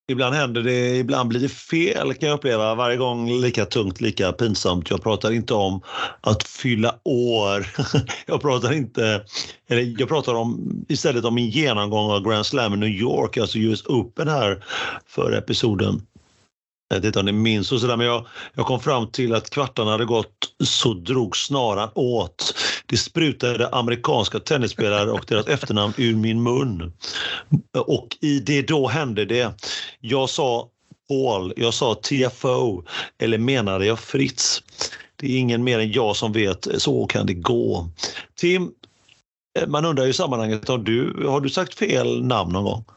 Ibland händer det, ibland blir det fel kan jag uppleva. Varje gång lika tungt, lika pinsamt. Jag pratar inte om att fylla år. Jag pratar om istället om min genomgång av Grand Slam i New York, alltså US Open här för episoden. Jag vet inte om ni minns och sådär, men jag kom fram till att kvartarna hade gått, så drog snaran åt. Det sprutade amerikanska tennisspelare och deras efternamn ur min mun. Och i det då hände det. Jag sa Paul, jag sa TFO, eller menade jag Fritz? Det är ingen mer än jag som vet, så kan det gå. Tim, man undrar ju i sammanhanget, har du sagt fel namn någon gång?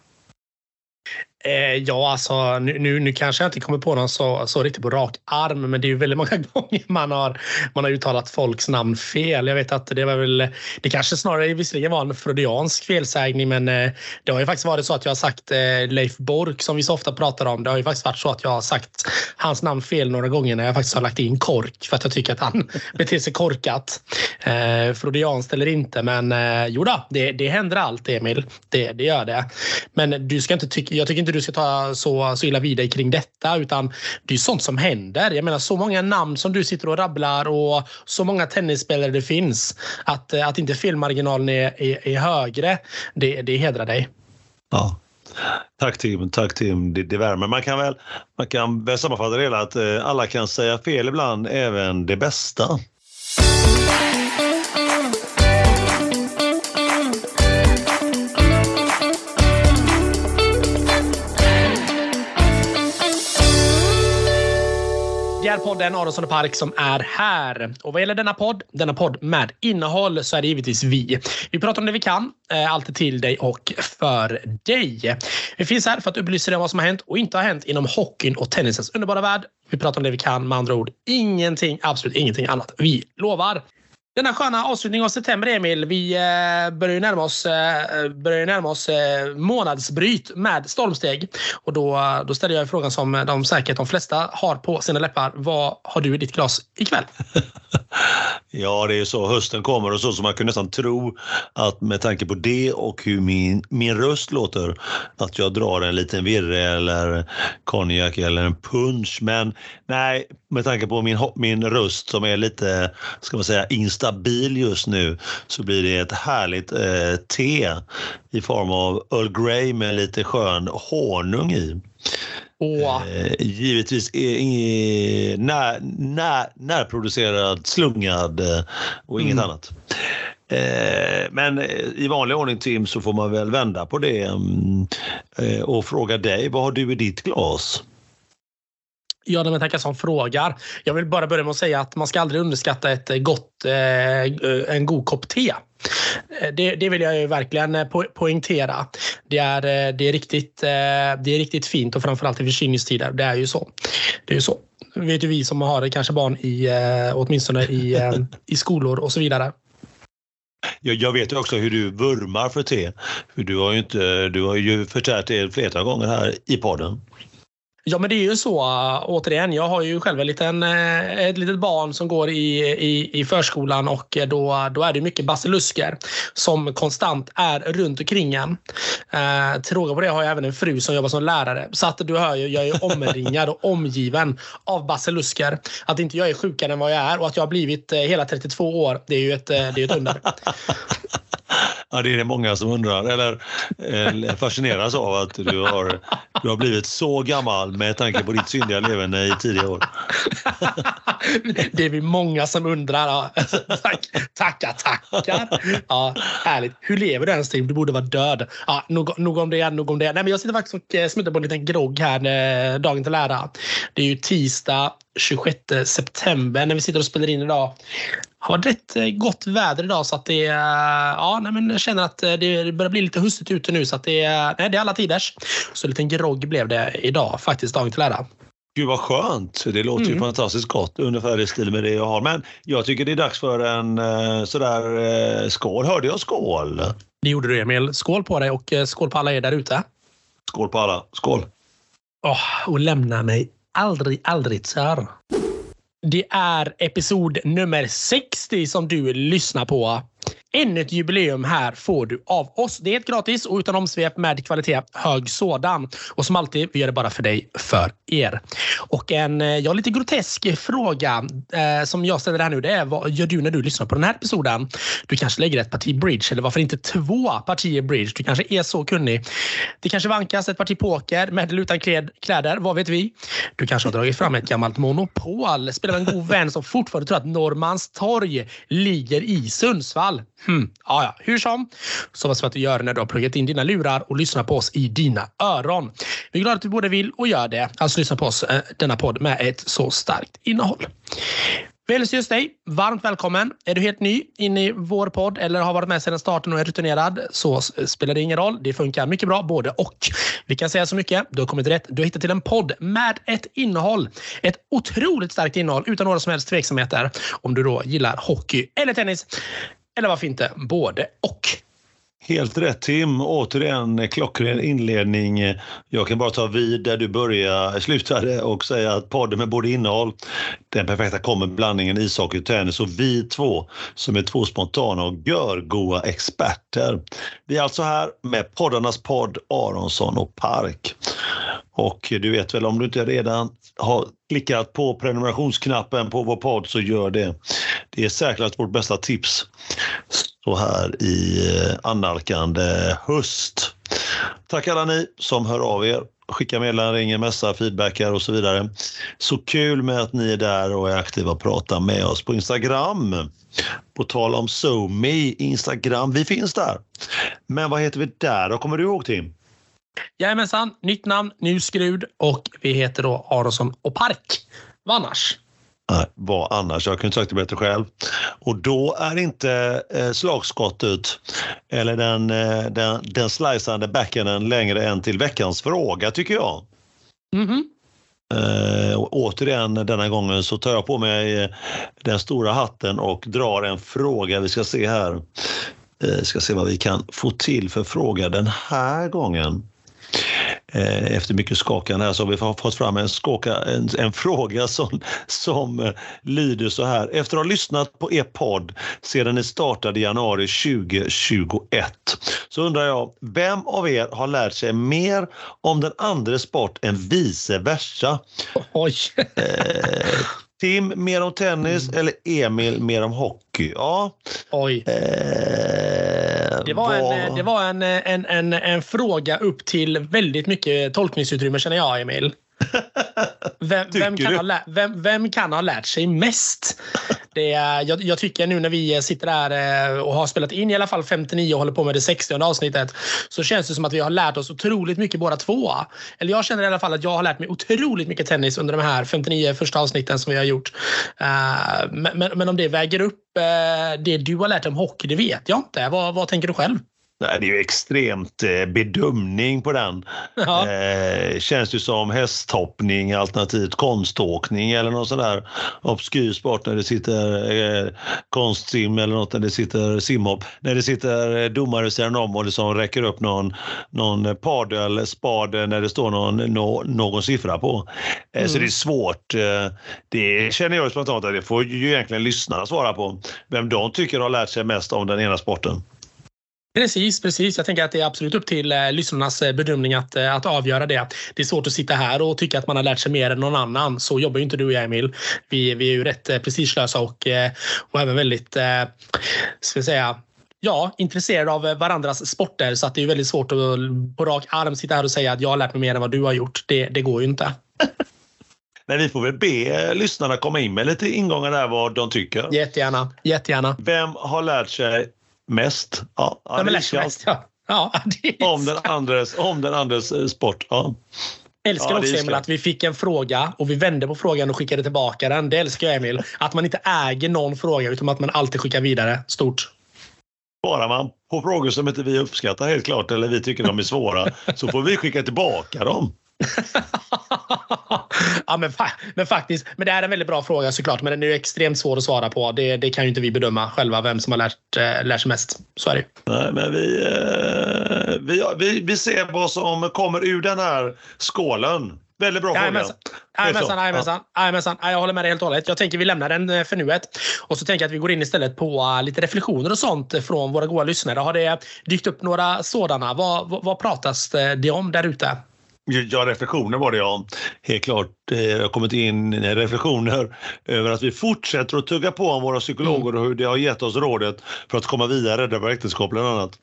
Ja, alltså nu kanske jag inte kommer på någon så riktigt på rak arm, men det är ju väldigt många gånger man har uttalat folks namn fel. Jag vet att det kanske snarare visserligen var en freudiansk felsägning, men det har ju faktiskt varit så att jag har sagt Leif Bork, som vi så ofta pratar om. Det har ju faktiskt varit så att jag har sagt hans namn fel några gånger när jag faktiskt har lagt in kork, för att jag tycker att han beter sig korkat. Freudianskt eller inte, men jo då, det händer allt, Emil. Det gör det. Men jag tycker inte du ska ta så illa vid dig kring detta, utan det är sånt som händer. Jag menar, så många namn som du sitter och rabblar och så många tennisspelare det finns, att inte felmarginalen är högre, det hedrar dig. Ja. Tack Tim, det värmer. Man kan väl sammanfatta det hela att alla kan säga fel ibland, även det bästa. Det är podden Aronsson och Park som är här. Och vad gäller denna podd med innehåll, så är det givetvis vi. Vi pratar om det vi kan, alltid till dig och för dig. Vi finns här för att upplysa dig om vad som har hänt och inte har hänt inom hockeyn och tennisens underbara värld. Vi pratar om det vi kan, med andra ord absolut ingenting annat. Vi lovar. Denna sköna avslutning av september, Emil, vi börjar närma oss månadsbryt med stormsteg. Och då ställer jag frågan som de flesta har på sina läppar. Vad har du i ditt glas ikväll? Ja, det är så hösten kommer och så man kan nästan tro att med tanke på det och hur min röst låter, att jag drar en liten virre eller konjak eller en punch. Men nej, med tanke på min röst som är lite, ska man säga, instabil just nu, så blir det ett härligt te i form av Earl Grey med lite skön honung i. Givetvis närproducerad, slungad och inget annat. Men i vanlig ordning, Tim, så får man väl vända på det och fråga dig, vad har du i ditt glas? Ja, men tackar som frågar. Jag vill bara börja med att säga att man ska aldrig underskatta en god kopp te. Det vill jag ju verkligen poängtera. Det är riktigt fint, och framförallt i förkylningstider. Det är ju så. Vet ju vi som har kanske barn åtminstone i skolor och så vidare. Jag vet ju också hur du vurmar för te. För du har ju förtärt det flera gånger här i podden. Ja, men det är ju så, återigen, jag har ju själv ett litet barn som går i förskolan, och då är det mycket basilusker som konstant är runt omkring en. Till råga på det har jag även en fru som jobbar som lärare, så att du hör ju, jag är omringad och omgiven av basilusker. Att inte jag är sjukare än vad jag är, och att jag har blivit hela 32 år, det är ju ett under. Ja, det är det många som undrar, eller fascineras av att du har blivit så gammal med tanke på ditt syndiga levande i tidiga år. Det är vi många som undrar. Ja. Tackar. Ja, härligt. Hur lever du ens, Tim? Du borde vara död. Ja, nog om det. Nej, men jag sitter faktiskt och smuttar på en liten grogg här dagen till ära. Det är ju tisdag 26 september när vi sitter och spelar in idag. Har rätt gott väder idag, så att det jag känner att det börjar bli lite hustigt ute nu, så att det är alla tiders. Så en liten grogg blev det idag, faktiskt, dagen till ära. Gud vad skönt, det låter ju fantastiskt gott, ungefär i stil med det jag har. Men jag tycker det är dags för en skål. Hörde jag skål? Det gjorde du, Emil. Skål på dig, och skål på alla er där ute. Skål på alla, skål. Och lämna mig aldrig sär. Det är episod nummer 60 som du lyssnar på. Ännu ett jubileum här får du av oss. Det är ett gratis och utan omsvep med kvalitet, hög sådan. Och som alltid, vi gör det bara för dig, för er. Och en lite grotesk fråga som jag ställer här nu, det är: vad gör du när du lyssnar på den här episoden? Du kanske lägger ett parti bridge, eller varför inte 2 partier bridge? Du kanske är så kunnig. Det kanske vankas ett parti poker med eller utan kläder, vad vet vi? Du kanske har dragit fram ett gammalt Monopol. Spelar med en god vän som fortfarande tror att Norrmalmstorg ligger i Sundsvall. Ja, hur som. Så vad ska du göra när du har pluggat in dina lurar och lyssnar på oss i dina öron? Vi är glada att du både vill och gör det. Alltså lyssna på oss, denna podd med ett så starkt innehåll. Vi hälsar just dig varmt välkommen. Är du helt ny in i vår podd eller har varit med sedan starten och är rutinerad, så spelar det ingen roll. Det funkar mycket bra, både och. Vi kan säga så mycket. Du har kommit rätt. Du har hittat till en podd med ett innehåll. Ett otroligt starkt innehåll utan några som helst tveksamheter. Om du då gillar hockey eller tennis. Eller varför inte både och. Helt rätt, Tim. Återigen klockren inledning. Jag kan bara ta vid där du slutade och säga att podden med både innehåll, den perfekta blandningen ishockey och tennis, och vi två som är 2 spontana och görgoa experter. Vi är alltså här med poddarnas podd Aronsson och Park. Och du vet väl, om du inte redan har klickat på prenumerationsknappen på vår podd, så gör det. Det är säkert vårt bästa tips så här i annalkande höst. Tack alla ni som hör av er, skickar meddelanden, ringer, messar, feedbackar och så vidare. Så kul med att ni är där och är aktiva och pratar med oss på Instagram. På tal om SoMe, Instagram, vi finns där. Men vad heter vi där? Och kommer du ihåg, Tim? Jajamensan, nytt namn, ny skrud, och vi heter då Aronsson och Park. Vad annars? Vad annars? Jag kunde sagt det bättre själv. Och då är inte slagskottet eller den sliceande backenden längre än till veckans fråga, tycker jag. Återigen denna gången så tar jag på mig den stora hatten och drar en fråga. Vi ska se här. Ska se vad vi kan få till för fråga den här gången. Efter mycket skakande här så har vi fått fram en fråga som lyder så här: efter att ha lyssnat på er podd sedan ni startade i januari 2021, så undrar jag, vem av er har lärt sig mer om den andra sport än vice versa? Oj. Tim mer om tennis eller Emil mer om hockey? Ja. Oj. Det var en fråga upp till väldigt mycket tolkningsutrymme, känner jag, Emil. Vem kan ha lärt sig mest? Jag tycker nu när vi sitter där och har spelat in i alla fall 59 och håller på med det 60:e avsnittet, så känns det som att vi har lärt oss otroligt mycket båda två. Eller jag känner i alla fall att jag har lärt mig otroligt mycket tennis under de här 59 första avsnitten som vi har gjort. Men om det väger upp det du har lärt om hockey, det vet jag inte. Vad tänker du själv? Nej, det är ju extremt bedömning på den. Ja. Känns ju som hästhoppning alternativt konståkning eller någon sån där obskyr sport när det sitter konstsim eller något, när det sitter simhopp, när det sitter domare sedan om och liksom räcker upp någon padel, spade när det står någon siffra på. Så det är svårt. Det känner jag spontant att det får ju egentligen lyssnarna svara på, vem de tycker har lärt sig mest om den ena sporten. Precis. Jag tänker att det är absolut upp till lyssnarnas bedömning att avgöra det. Det är svårt att sitta här och tycka att man har lärt sig mer än någon annan. Så jobbar ju inte du och jag, Emil. Vi är ju rätt prestigelösa och även väldigt, ska jag säga, intresserade av varandras sporter. Så att det är väldigt svårt att på rak arm sitta här och säga att jag har lärt mig mer än vad du har gjort. Det går ju inte. Men vi får väl be lyssnarna komma in med lite ingångar där vad de tycker. Jättegärna. Vem har lärt sig mest? Ja, om den andres sport. Ja. Älskar också, Emil, att vi fick en fråga och vi vände på frågan och skickade tillbaka den. Det älskar jag, Emil. Att man inte äger någon fråga utan att man alltid skickar vidare. Stort. Bara man på frågor som inte vi uppskattar helt klart eller vi tycker de är svåra så får vi skicka tillbaka dem. Ja, men faktiskt. Men det här är en väldigt bra fråga såklart. Men den är ju extremt svår att svara på. Det kan ju inte vi bedöma själva vem som har lärt sig mest. Så är det. Nej, men vi ser vad som kommer ur den här skålen. Väldigt bra fråga. Jajamensan. Jag håller med dig helt och hållet. Jag tänker vi lämnar den för nuet. Och så tänker jag att vi går in istället på lite reflektioner och sånt från våra goda lyssnare. Har det dykt upp några sådana? Vad pratas det om där ute? Ja, reflektioner var det ja. Helt klart. Det har kommit in reflektioner över att vi fortsätter att tugga på om våra psykologer och hur det har gett oss rådet för att komma vidare, rädda våra äktenskap bland annat.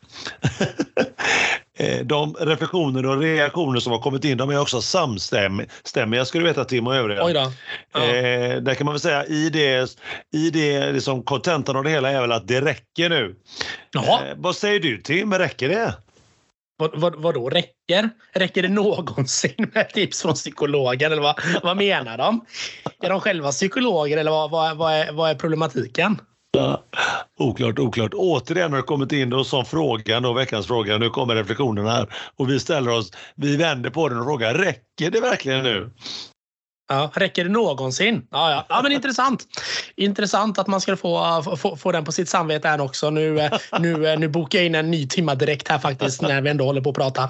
De reflektioner och reaktioner som har kommit in, de är också samstämmiga, ska du veta, Tim och övriga. Oj då. Ja. Där kan man väl säga i det liksom, kontentan av det hela är väl att det räcker nu. Vad säger du, Tim? Räcker det? Vadå räcker? Räcker det någonsin med tips från psykologen? Eller vad menar de? Är de själva psykologer eller vad är problematiken? Ja, oklart. Återigen har det kommit in då som frågan och veckans fråga. Nu kommer reflektionerna här och vi vänder på den och frågar, räcker det verkligen nu? Ja, räcker det någonsin? Ja, men intressant. Intressant att man ska få den på sitt samvete här också. Nu bokar jag in en ny timma direkt här faktiskt när vi ändå håller på att prata.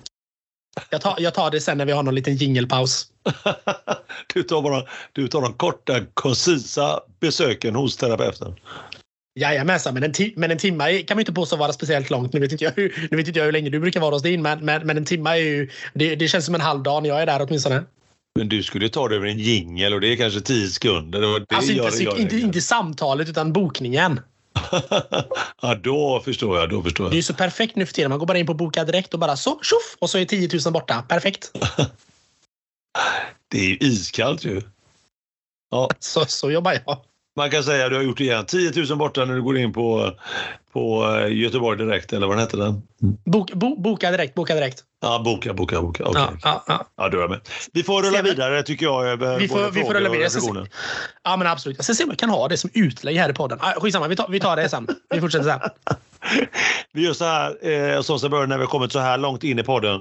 Jag tar det sen när vi har någon liten jingelpaus. Du tar de korta, koncisa besöken hos terapeuten. Jajamensan, men en timma kan man inte påstå vara speciellt långt. Nu vet inte jag hur länge du brukar vara hos din, men en timma är ju... Det känns som en halv dag när jag är där åtminstone. Men du skulle ta det över en jingel och det är kanske 10 sekunder. Det alltså inte samtalet utan bokningen. Ja, då förstår jag. Det är ju så perfekt nu för tiden. Man går bara in på boka direkt och bara så, tjoff, och så är 10 000 borta. Perfekt. Det är ju iskallt ju. Ja. Så jobbar jag. Man kan säga att du har gjort det igen. 10 000 borta när du går in på Göteborg direkt, eller vad den heter den? Boka direkt. Ja, boka. Okay. Ja, du är med. Vi får rulla vidare, tycker jag. Vi får rulla vidare. Ja, men absolut. Jag ska se om jag kan ha det som utlägg här i podden. Skitsamma, vi tar det sen. Vi fortsätter sen. Vi gör så här, som så börjar när vi har kommit så här långt in i podden,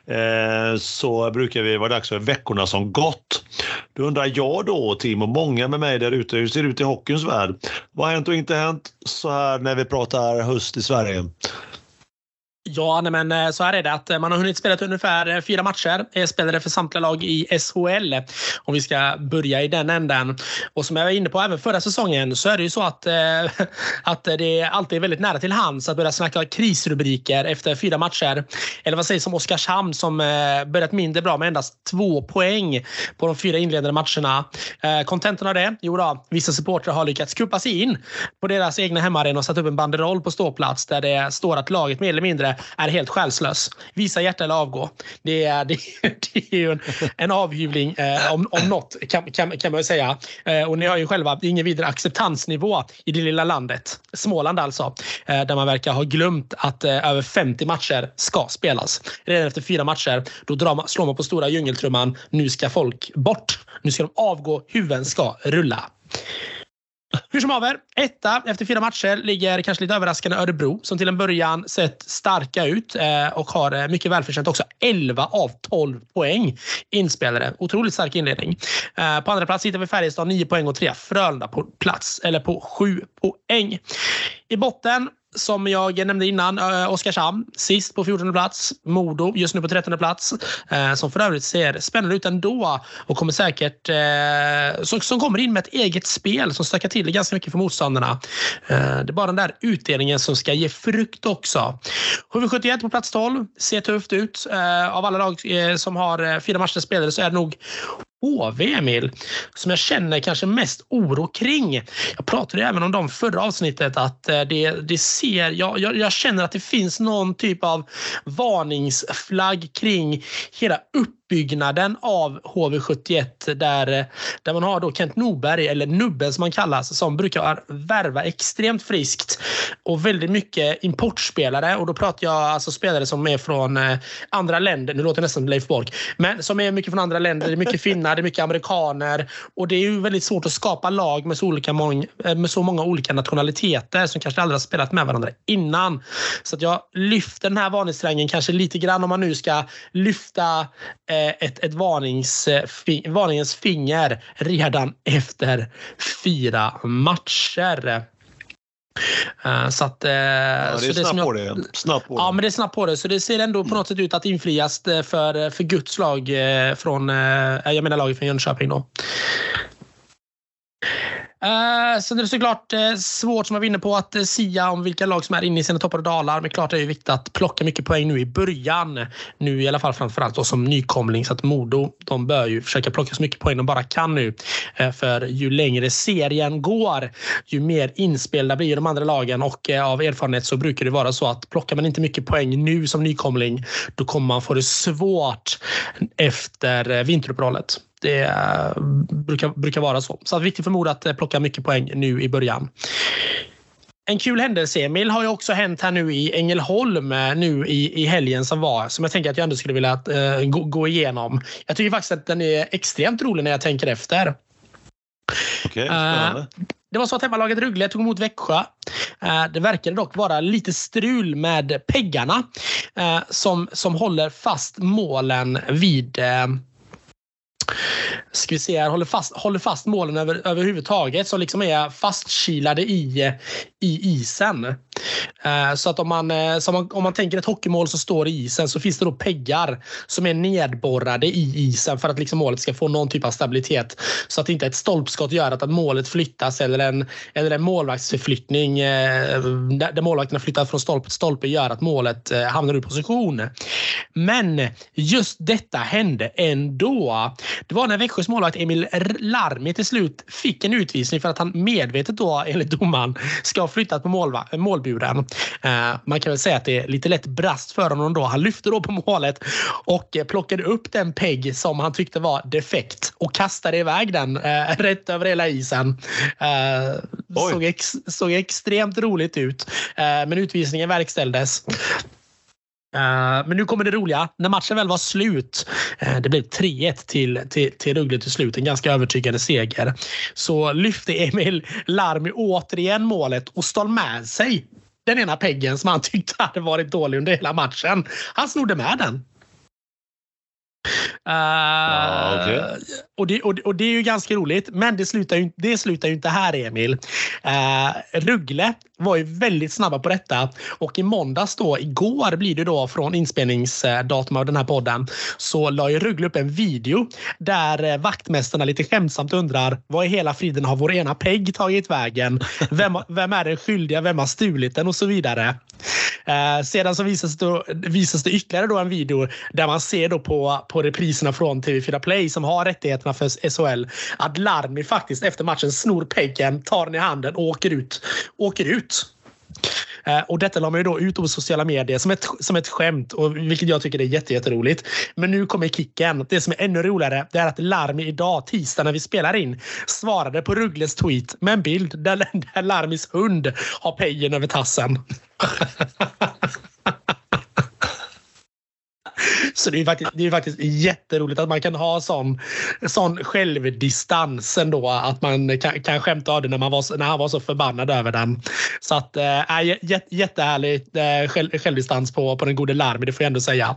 så brukar vi vara dags för veckorna som gått. Då undrar jag då, Tim, och många med mig där ute, hur ser det ut i hockeyns värld? Vad har hänt och inte hänt så här när vi pratar höst i Sverige? Ja, men så här är det att man har hunnit spela ungefär 4 matcher. Spelade för samtliga lag i SHL. Om vi ska börja i den änden. Och som jag var inne på även förra säsongen så är det ju så att det alltid är väldigt nära till hands att börja snacka krisrubriker efter 4 matcher. Eller vad sägs om Oskarshamn som börjat mindre bra med endast 2 poäng på de 4 inledande matcherna. Kontentan av det? Jo då, vissa supportrar har lyckats kuppa sig in på deras egna hemmaarena och satt upp en banderoll på ståplats där det står att laget mer eller mindre är helt själslös. Visa hjärta eller avgå. Det är ju en avhyvling om något kan man ju säga. Och ni har ju själva ingen vidare acceptansnivå i det lilla landet. Småland alltså. Där man verkar ha glömt att över 50 matcher ska spelas. Redan efter 4 matcher då slår man på stora djungeltrumman. Nu ska folk bort. Nu ska de avgå. Huvuden ska rulla. Hur som haver, 1 efter 4 matcher ligger kanske lite överraskande Örebro som till en början sett starka ut och har mycket välförtjänt också 11 av 12 poäng inspelare. Otroligt stark inledning. På andra plats hittar vi Färjestad 9 poäng och 3 Frölunda på 7 poäng. I botten, som jag nämnde innan, Oskarshamn sist på 14:e plats, Modo just nu på 13:e plats, som för övrigt ser spännande ut ändå och kommer säkert som kommer in med ett eget spel som stökar till det ganska mycket för motståndarna. Det är bara den där utdelningen som ska ge frukt också. HV71 på plats 12 ser tufft ut. Av alla lag som har 4 matcher spelare så är det nog HV, Emil, som jag känner kanske mest oro kring. Jag pratade även om dem förra avsnittet att det ser, jag känner att det finns någon typ av varningsflagg kring hela uppbyggnaden av HV71 där man har då Kent Norberg, eller Nubben som man kallas, som brukar värva extremt friskt och väldigt mycket importspelare, och då pratar jag alltså spelare som är från andra länder. Nu låter det nästan Leif Borg, men som är mycket från andra länder. Det är mycket finnar, det är mycket amerikaner, och det är ju väldigt svårt att skapa lag med så många olika nationaliteter som kanske aldrig har spelat med varandra innan. Så att jag lyfter den här varningssträngen kanske lite grann om man nu ska lyfta ett varningens finger redan efter 4 matcher. Så att, det är så snabbt på det. Ja, men det är snabbt på det. Så det ser ändå på något sätt ut att infrias för Guds lag från, jag menar laget från Jönköping då. Sen är det såklart svårt som jag vinner på att sia om vilka lag som är inne i sina toppar och dalar. Men klart är det viktigt att plocka mycket poäng nu i början. Nu i alla fall framförallt då som nykomling. Så att Modo, de bör ju försöka plocka så mycket poäng de bara kan nu. För ju längre serien går, ju mer inspelda blir de andra lagen. Och av erfarenhet så brukar det vara så att plockar man inte mycket poäng nu som nykomling, då kommer man få det svårt efter vinteruppehållet. Det brukar vara så. Så det är viktigt för Modo att plocka mycket poäng nu i början. En kul händelse, Emil, har ju också hänt här nu i Ängelholm nu i helgen som var. Som jag tänker att jag ändå skulle vilja gå igenom. Jag tycker faktiskt att den är extremt rolig när jag tänker efter. Okej, spännande. Det var så att hemmalaget Rögle tog emot Växjö. Det verkade dock vara lite strul med peggarna som håller fast målen vid... Ska vi se här, håller fast målen överhuvudtaget, som liksom är fastkilade i isen. Så att om man tänker ett hockeymål så står i isen, så finns det då peggar som är nedborrade i isen för att liksom målet ska få någon typ av stabilitet, så att inte ett stolpskott gör att målet flyttas, eller en målvaktsförflyttning där målvakterna flyttar från stolpe till stolpe gör att målet hamnar ur position. Men just detta hände ändå. Det var när Växjös målvakt Emil Larmi till slut fick en utvisning för att han medvetet då, enligt domaren, ska ha flyttat på målburen. Man kan väl säga att det är lite lätt brast för honom då. Han lyfte då på målet och plockade upp den pegg som han tyckte var defekt och kastade iväg den rätt över hela isen. Såg extremt roligt ut. Men utvisningen verkställdes. Men nu kommer det roliga. När matchen väl var slut, det blev 3-1 till Rögle till slut, en ganska övertygande seger, så lyfte Emil Larmi återigen målet och stal med sig den ena peggen som han tyckte hade varit dålig under hela matchen. Han snodde med den. Okay. Och det är ju ganska roligt, men det slutar ju inte här, Emil. Rögle var ju väldigt snabba på detta, och i måndags då, igår blir det då från inspelningsdatum av den här podden, så la ju Rögle upp en video där vaktmästarna lite skämtsamt undrar: vad i hela friden har vår ena pegg tagit vägen? Vem är den skyldiga? Vem har stulit den? Och så vidare. Sedan så visas det ytterligare då en video där man ser då på repriserna från TV4 Play, som har rättigheterna för SHL, att Larmi faktiskt efter matchen snor peggen, tar den i handen och åker ut. Och detta la man ju då ut på sociala medier som ett skämt, och vilket jag tycker är jätteroligt. Men nu kommer kicken. Det som är ännu roligare, det är att Larmi idag, tisdag när vi spelar in, svarade på Rögles tweet med en bild där Larmis hund har peggen över tassen. Så det är faktiskt jätteroligt att man kan ha sån självdistans ändå, att man kan skämta av det när han var så förbannad över den. Så att jättehärlig självdistans på den gode Larmi, det får jag ändå säga.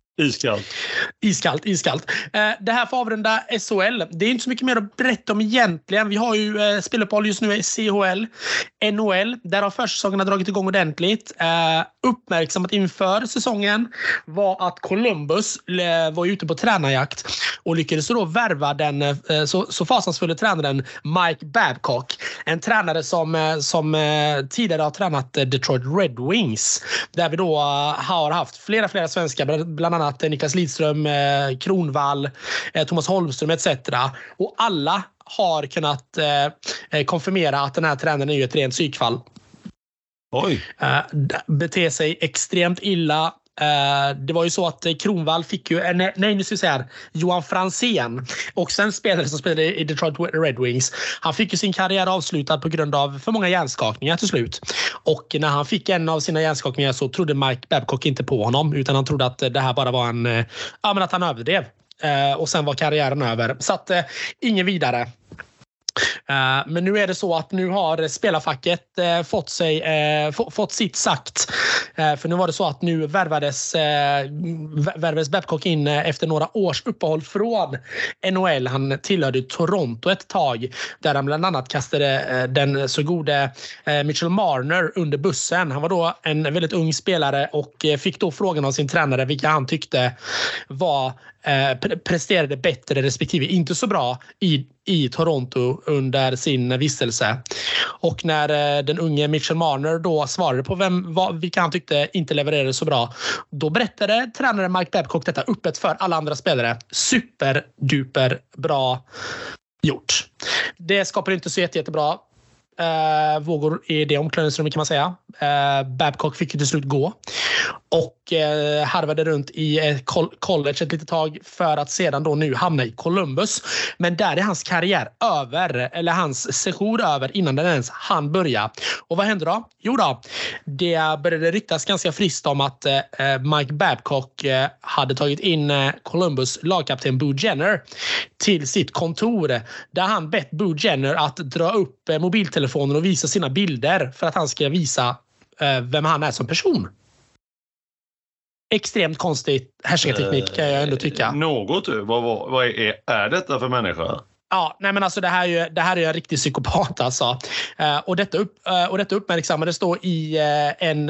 Iskallt. Det här får avrunda SHL. Det är inte så mycket mer att berätta om egentligen. Vi har ju speluppehåll just nu i CHL. NHL, där har försäsongen dragit igång ordentligt. Uppmärksammat inför säsongen var att Columbus var ute på tränarjakt och lyckades då värva den så fasansfulla tränaren Mike Babcock. En tränare som tidigare har tränat Detroit Red Wings, där vi då har haft flera svenskar, bland annat Niklas Lidström, Kronvall, Thomas Holmström etc. Och alla har kunnat konfirmera att den här tränaren är ju ett rent psykfall. Oj. Beter sig extremt illa. Det var ju så att Kronvall fick ju Johan Franzén, och sen spelare som spelade i Detroit Red Wings. Han fick ju sin karriär avslutad på grund av för många hjärnskakningar till slut. Och när han fick en av sina hjärnskakningar så trodde Mike Babcock inte på honom, utan han trodde att det här bara var att han överdrev. Och sen var karriären över. Så att ingen vidare. Men nu är det så att nu har spelarfacket fått sitt sagt. För nu var det så att nu värvades Babcock in efter några års uppehåll från NHL. Han tillhörde Toronto ett tag där han bland annat kastade den så gode Mitchell Marner under bussen. Han var då en väldigt ung spelare och fick då frågan av sin tränare vilka han tyckte presterade bättre respektive inte så bra i Toronto under sin vistelse. Och när den unge Mitchell Marner då svarade på vilka han tyckte inte levererade så bra, då berättade tränare Mike Babcock detta öppet för alla andra spelare. Superduper bra gjort. Det skapar inte så jättebra vågor i det omklädningsrummet kan man säga. Babcock fick ju till slut gå och harvade runt i college ett litet tag för att sedan då nu hamna i Columbus. Men där är hans karriär över, eller hans sejour över innan den ens han börja. Och vad hände då? Jo då, det började ryktas ganska friskt om att Mike Babcock hade tagit in Columbus lagkapten Boo Jenner till sitt kontor där han bett Boo Jenner att dra upp mobiltelefonen och visa sina bilder för att han ska visa vem han är som person. Extremt konstig härskarteknik kan jag ändå tycka. Vad är detta för människa? Ja, nej men alltså det här är en riktig psykopat alltså. Och detta uppmärksammades då i en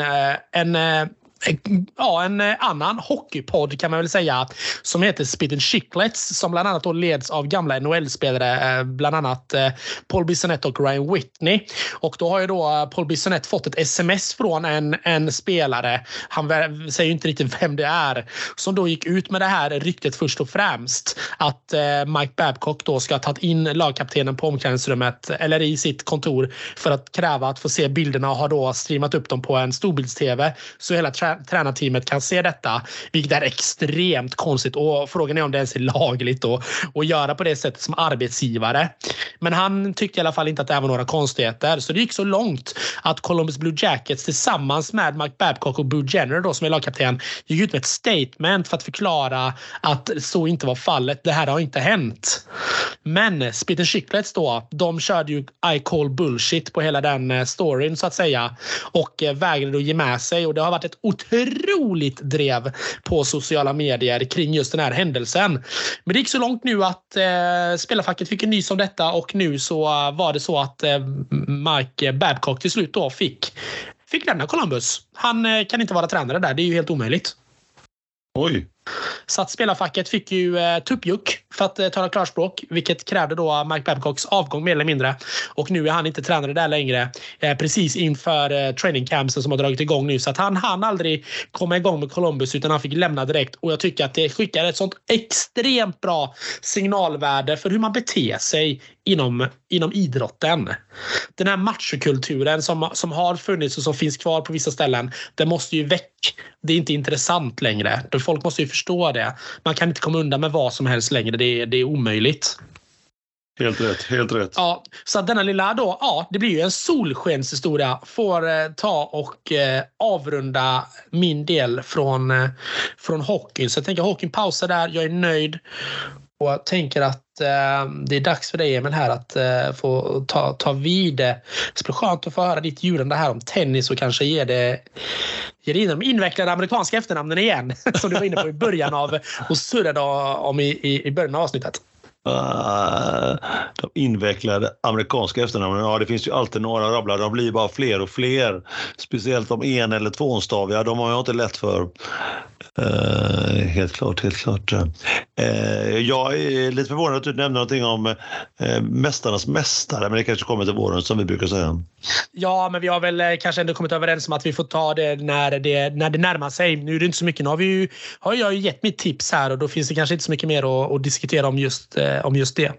annan hockeypodd kan man väl säga som heter Spit and Chicklets som bland annat då leds av gamla NHL-spelare bland annat Paul Bissonnette och Ryan Whitney. Och då har ju då Paul Bissonnette fått ett sms från en spelare, han säger ju inte riktigt vem det är, som då gick ut med det här ryktet först och främst att Mike Babcock då ska ha tagit in lagkaptenen på omklädningsrummet eller i sitt kontor för att kräva att få se bilderna och har då streamat upp dem på en storbilds-tv så hela tränarteamet kan se detta, vilket är extremt konstigt och frågan är om det ens är lagligt då att göra på det sättet som arbetsgivare. Men han tyckte i alla fall inte att det var några konstigheter, så det gick så långt att Columbus Blue Jackets tillsammans med Mike Babcock och Boo Jenner då som är lagkapten gick ut med ett statement för att förklara att så inte var fallet, det här har inte hänt. Men Spit and Chicklets då, de körde ju I call bullshit på hela den storyn så att säga och vägrade att ge med sig, och det har varit ett otroligt drev på sociala medier kring just den här händelsen. Men det gick så långt nu att spelarfacket fick en nys om detta och nu så var det så att Mike Babcock till slut då fick lämna Columbus. Han kan inte vara tränare där, det är ju helt omöjligt. Oj. Så att spelarfacket fick ju tuppjuck för att tala klarspråk, vilket krävde då Mike Babcocks avgång mer eller mindre. Och nu är han inte tränare där längre precis inför training campsen som har dragit igång nu. Så att han aldrig komma igång med Columbus utan han fick lämna direkt. Och jag tycker att det skickar ett sånt extremt bra signalvärde för hur man beter sig inom idrotten. Den här machokulturen som har funnits och som finns kvar på vissa ställen, den måste ju väck. Det är inte intressant längre. Folk måste ju förstå det. Man kan inte komma undan med vad som helst längre. Det är omöjligt. Helt rätt. Ja, så att denna lilla då, ja, det blir ju en solskenshistoria får ta och avrunda min del från hockeyn. Så jag tänker hockeyn pausar där. Jag är nöjd. Och jag tänker att det är dags för dig, Emil, här att få ta vid. Det blir skönt att få höra ditt ljudande här om tennis och kanske ge det in de invecklade amerikanska efternamnen igen. Som du var inne på i början av och surrade om i början av avsnittet. De invecklade amerikanska efternamnen, ja det finns ju alltid några rabblar, de blir bara fler och fler, speciellt de en- eller tvåstaviga, de har jag inte lätt för. Helt klart. Jag är lite förvånad att du nämnde någonting om mästarnas mästare, men det kanske kommer till våren som vi brukar säga. Ja, men vi har väl kanske ändå kommit överens om att vi får ta det när det närmar sig. Nu är det inte så mycket, nu har jag ju gett mitt tips här och då finns det kanske inte så mycket mer att diskutera om just det.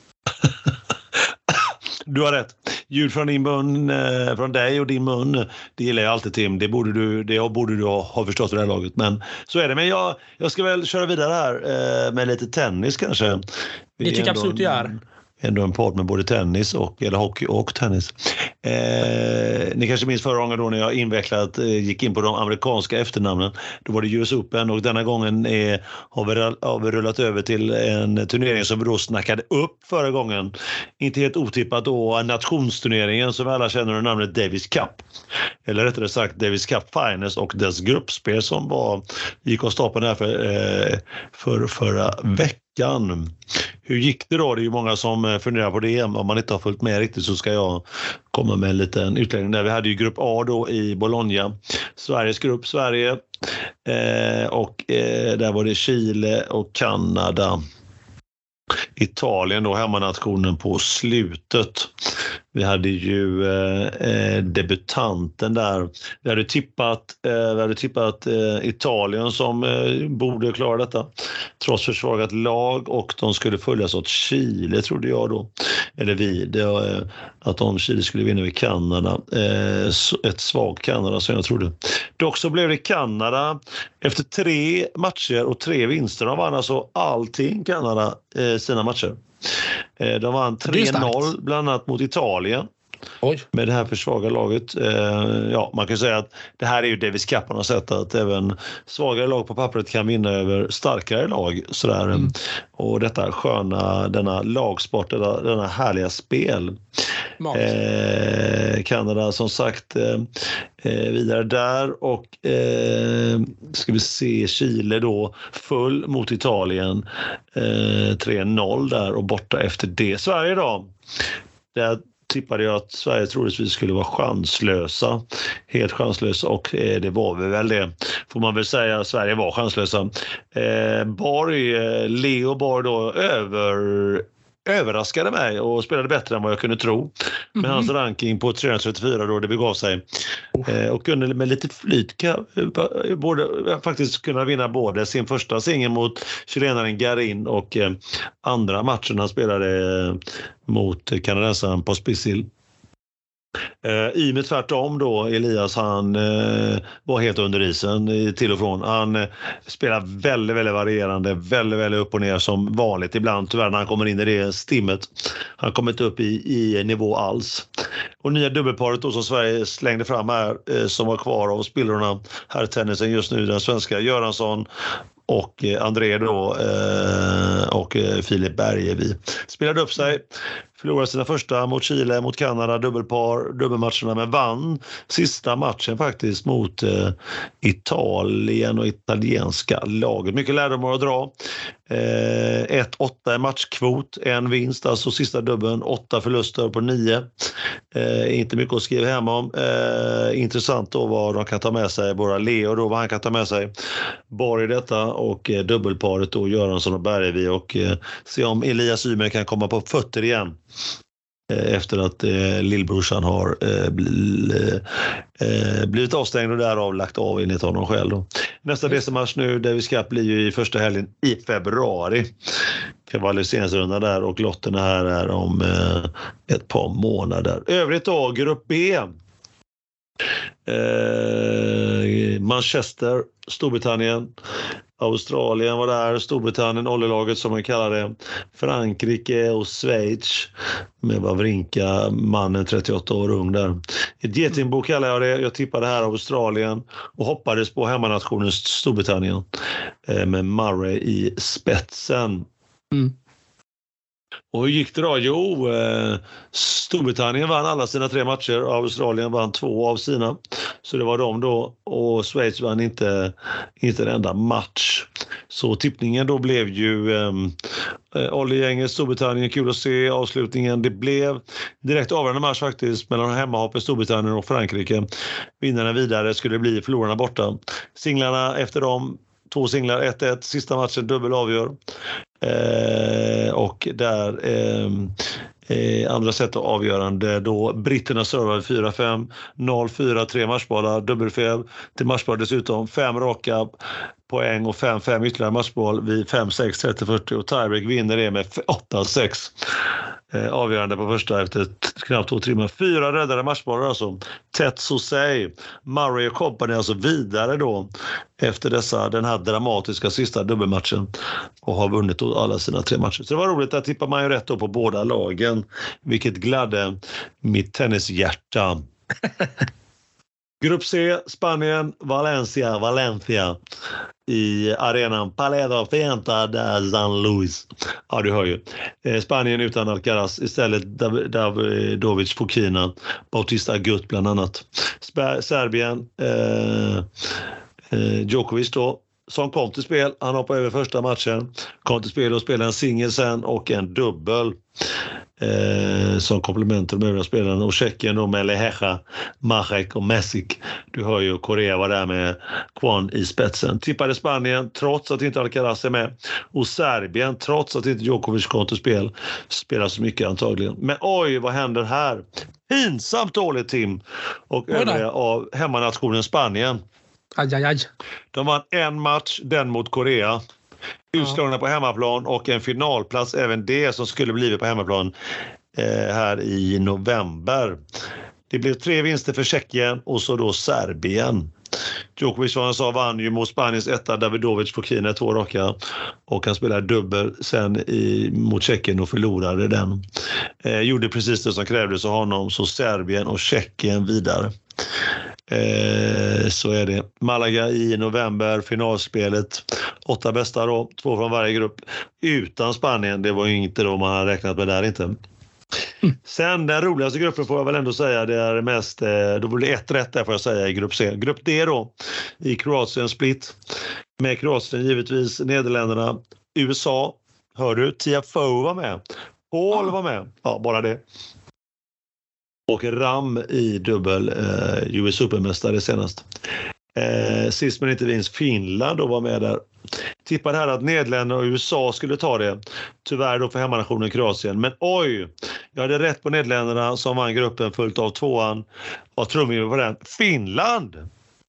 Du har rätt. Ljud från din mun, från dig och din mun, det gillar jag alltid, Tim. Det borde du ha förstått i det här laget. Men så är det. Men jag ska väl köra vidare här med lite tennis kanske. Det tycker jag absolut du gör. Ändå en podd med både tennis eller hockey och tennis. Ni kanske minns förra gången då när jag invecklat gick in på de amerikanska efternamnen. Då var det US Open och denna gången har vi rullat över till en turnering som vi då snackade upp förra gången. Inte helt otippat då, nationsturneringen som alla känner under namnet Davis Cup. Eller rättare sagt Davis Cup Finals och dess gruppspel som gick av stapeln här för förra veckan. Hur gick det då? Det är ju många som funderar på det. Om man inte har följt med riktigt så ska jag komma med en liten utläggning där. Vi hade ju grupp A då i Bologna. Sveriges grupp, Sverige. Och där var det Chile och Kanada. Italien då, hemmanationen på slutet. Vi hade ju debutanten där. Vi hade tippat Italien som borde klara detta. Trots försvagat lag och de skulle följas åt Chile trodde jag då. Eller att om Chile skulle vinna vid Kanada. Ett svagt Kanada som jag trodde. Dock så blev det Kanada efter 3 matcher och 3 vinster. De vann alltså allting Kanada sina matcher. De vann 3-0 bland annat mot Italien. Oj. Med det här försvagade laget. Man kan säga att det här är ju Davis Cup på något sätt, att även svagare lag på pappret kan vinna över starkare lag. Sådär. Och detta sköna, denna lagsport, denna härliga spel. Kanada som sagt vidare där och ska vi se Chile då full mot Italien 3-0 där och borta efter det. Sverige då, där tippade jag att Sverige troligtvis skulle vara chanslösa. Helt chanslösa och det var vi väl det. Får man väl säga, Sverige var chanslösa. Leo Borg då överraskade mig och spelade bättre än vad jag kunde tro. Med hans ranking på 334 då det begav sig. Och kunde med lite flyt faktiskt kunna vinna både sin första singel mot chilenaren Garin och andra matchen han spelade mot kanadensaren Pospisil. I med tvärtom då, Elias han var helt under isen till och från. Han spelar väldigt, väldigt varierande, väldigt, väldigt upp och ner som vanligt. Ibland tyvärr när han kommer in i det stimmet. Han kommer inte upp i nivå alls. Och nya dubbelparet då som Sverige slängde fram här som var kvar av spillorna här i tennisen just nu, den svenska Göransson och André då och Filip Bergevi spelade upp sig, förlorade sina första mot Chile, mot Kanada, dubbelmatcherna, men vann sista matchen faktiskt mot Italien och italienska laget. Mycket lärdomar att dra. 1-8 matchkvot, en vinst, alltså sista dubbeln, 8 förluster på 9. Inte mycket att skriva hem om. Intressant då vad de kan ta med sig, bara Leo då, vad han kan ta med sig. Borg i detta och dubbelparet då Göransson och Bergevi och se om Elias Ymer kan komma på fötter igen. Efter att lillbrorsan har blivit avstängd och därav lagt av enligt honom själv. Då. Nästa DC-match nu, Davis Cup, blir ju i första helgen i februari. Kvalificeringsrunda där och lotterna här är om ett par månader. Övrigt då, grupp B. Manchester, Storbritannien, Australien var där, Storbritannien, oljelaget som man kallar det, Frankrike och Schweiz med Wawrinka, mannen 38 år ung där. Ett getingbo kallar jag det. Jag tippade här Australien och hoppades på hemmanationens Storbritannien med Murray i spetsen. Och hur gick det då? Jo, Storbritannien vann alla sina 3 matcher och Australien vann 2 av sina. Så det var de då och Schweiz vann inte en enda match. Så tippningen då blev ju Ollegänget, Storbritannien, kul att se avslutningen. Det blev direkt avgörande match faktiskt mellan hemmahoppet Storbritannien och Frankrike. Vinnarna vidare skulle bli förlorarna borta. Singlarna efter dem, 2 singlar, 1-1, sista matchen dubbel avgör. Och där andra set avgörande då britterna servade 4-5, 0-4, 3 matchbollar, dubbelfel till matchboll dessutom, 5 raka poäng och 5-5 ytterligare matchboll vid 5-6, 30-40 och tiebreak vinner det med 8-6. Avgörande på första efter knappt 2 timmar. 4 räddade matchbollar alltså. Tetsu Sei, Murray och company alltså vidare då efter den här dramatiska sista dubbelmatchen och har vunnit alla sina 3 matcher. Så det var roligt att tippa man ju rätt då på båda lagen, vilket gladde mitt tennishjärta. Grupp C, Spanien, Valencia i arenan Palero Fienta de San Luis. Ja, du hör ju. Spanien utan Alcaraz, istället Davidovic, Fokina, Bautista Agut bland annat. Serbien, Djokovic då, som kom till spel. Han hoppade över första matchen, kom till spel och spelade en singel sen och en dubbel. Som komplement till de övriga spelarna, och Tjeckien då med Lehecha, Marek och Mesic. Du hör ju, Korea var där med Kwon i spetsen. Tippade Spanien trots att inte Alcaraz är med, och Serbien trots att inte Djokovic kom till spel, spelar så mycket antagligen. Men oj, vad händer här? Pinsamt dåligt, Tim och övriga av hemmanationen Spanien. Aj. De vann en match, den mot Korea. Utslagna på hemmaplan och en finalplats, även det som skulle blivit på hemmaplan här i november. Det blev 3 vinster för Tjeckien och så då Serbien. Djokovic, som han sa, vann ju mot Spaniens etta Davidovic på Kina 2 raka, och han spelade dubbel sen mot Tjeckien och förlorade den. Gjorde precis det som krävdes av honom, så Serbien och Tjeckien vidare. Så är det. Malaga i november, finalspelet. 8 bästa då, 2 från varje grupp. Utan Spanien, det var ju inte då man har räknat med där inte. Sen den roligaste gruppen får jag väl ändå säga, det är mest, då blir det 1 rätt där får jag säga i grupp C. Grupp D då, i Kroatien split. Med Kroatien givetvis, Nederländerna, USA, hör du, Tiafoe var med. Paul var med, ja bara det. Och Ram i dubbel US Supermästare senast. Sist men inte minst Finland då var med där. Tippade här att Nederländerna och USA skulle ta det. Tyvärr då för hemmanationen Kroatien. Men oj, jag hade rätt på Nederländerna som vann gruppen fullt av 2:an. Vad tror vi på den? Finland!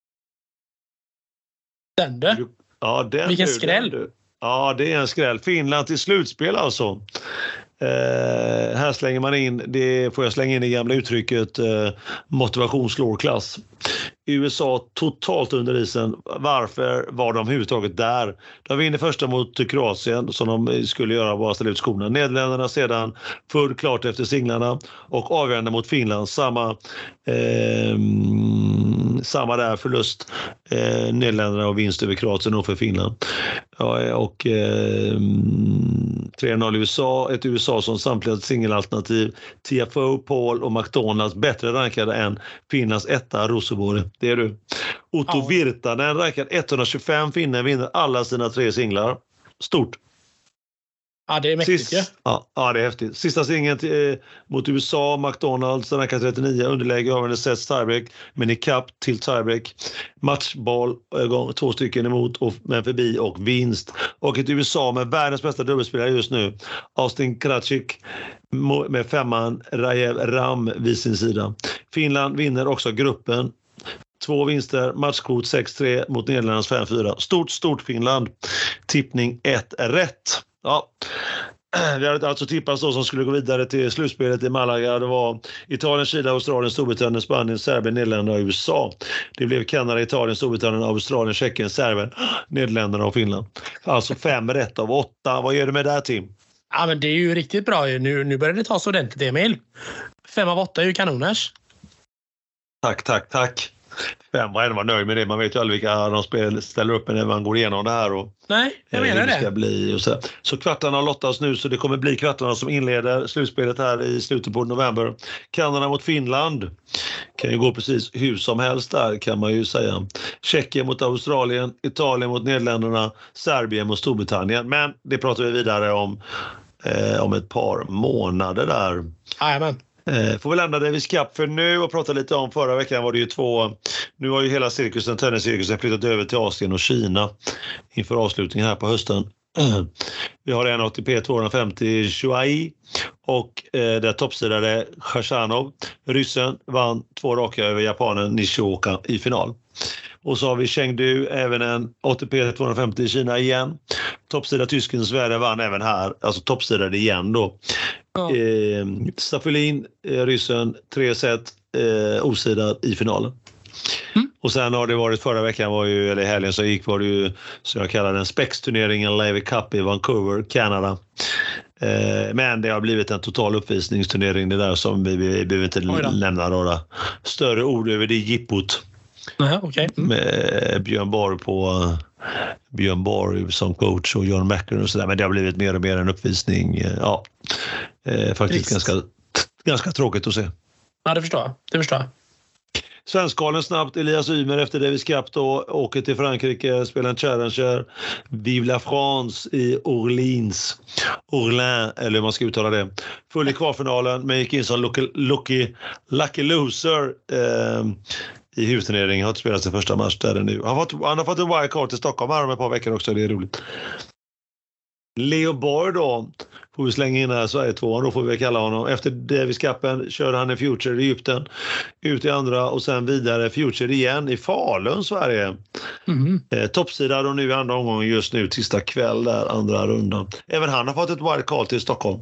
Den du? Ja, den. Vilken skräll! Ja, det är en skräll. Finland till slutspel alltså. Här slänger man in, det får jag slänga in i gamla uttrycket, motivation slår klass. USA totalt under isen. Varför var de överhuvudtaget där? De vinner första mot Kroatien som de skulle göra, bara ställa ut skorna. Nederländerna sedan full klart efter singlarna, och avgörande mot Finland. Samma där, förlust Nederländerna och vinst över Kroatien och för Finland. Ja, och 3-0 USA, ett USA som samtliga singelalternativ. Tiafoe, Paul och McDonalds bättre rankade än Finlands etta Rosenborg. Det är du. Otto Virtanen rankad 125, finnen vinner alla sina 3 singlar. Stort. Ja, det är mäktigt. Ja, det är häftigt. Sista singeln mot USA, McDonalds, rankad 39, underläge avgörande sets tiebreak, men i kapp till tiebreak. Matchboll, 2 stycken emot, men förbi och vinst. Och ett USA med världens bästa dubbelspelare just nu, Austin Krajcik, med 5:an Rajev Ram vid sin sida. Finland vinner också gruppen. 2 vinster, matchkvot 6-3 mot Nederländernas 5-4. Stort Finland. Tippning 1 rätt. Ja, vi hade alltså tippat så som skulle gå vidare till slutspelet i Malaga. Det var Italien, Chile, Australien, Storbritannien, Spanien, Serbien, Nederländerna och USA. Det blev Kanada, Italien, Storbritannien, Australien, Tjeckien, Serbien, Nederländerna och Finland. Alltså 5 rätt av 8. Vad gör du med det här, Tim? Ja, men det är ju riktigt bra. Nu börjar det ta så ordentligt, Emil. 5 av 8 är ju kanoners. Tack. 5 var ändå nöjd med det. Man vet ju aldrig vilka de ställer upp när man går igenom det här. Och nej, jag menar det. Ska bli och så kvartarna lottas nu, så det kommer bli kvartarna som inleder slutspelet här i slutet på november. Kanada mot Finland kan ju gå precis hur som helst där, kan man ju säga. Tjeckien mot Australien, Italien mot Nederländerna, Serbien mot Storbritannien. Men det pratar vi vidare om ett par månader där. Jajamän. Får vi lämna Davis Cup för nu och prata lite om förra veckan. Var det ju 2. Nu har ju hela tenniscirkusen flyttat över till Asien och Kina inför avslutningen här på hösten. Vi har en ATP 250 Shuai och där toppsidade Khachanov, ryssen, vann 2 raka över japanen Nishioka i final. Och så har vi Chengdu, även en ATP 250 i Kina igen. Toppsida tysken, Sverige vann även här, alltså toppsidade igen då. Ja. Safulin, ryssen, 3 set, osidad i finalen. Och sen har det varit förra veckan, eller helgen så gick, var det ju så jag kallar den Spex-turneringen Lever Cup i Vancouver, Kanada. Men det har blivit en total uppvisningsturnering, det där som vi behöver inte nämna några större ord över det jippot. Okay. Med Björn Borg som coach och John Macken och sådär, men det har blivit mer och mer en uppvisning. Ja, faktiskt ganska tråkigt att se. Ja, det förstår jag. Svenskalen snabbt, Elias Ymer efter Davis Cup då, åker till Frankrike, spelar en Challenger, Vive la France i Orleans, eller hur man ska uttala det. Full i kvarfinalen, men gick in som lucky loser i huvudturneringen, har inte spelat sin första match där nu. Han har fått en wildcard till Stockholm här om ett par veckor också, det är roligt. Leo Borg då, får vi slänga in här, Sverige 2, då får vi kalla honom. Efter Davis Cupen körde han i Future i Egypten, ut i andra och sen vidare Future igen i Falun, Sverige. Toppsida då nu i andra omgången just nu, tisdag kväll där, andra rundan. Även han har fått ett wildcard till Stockholm.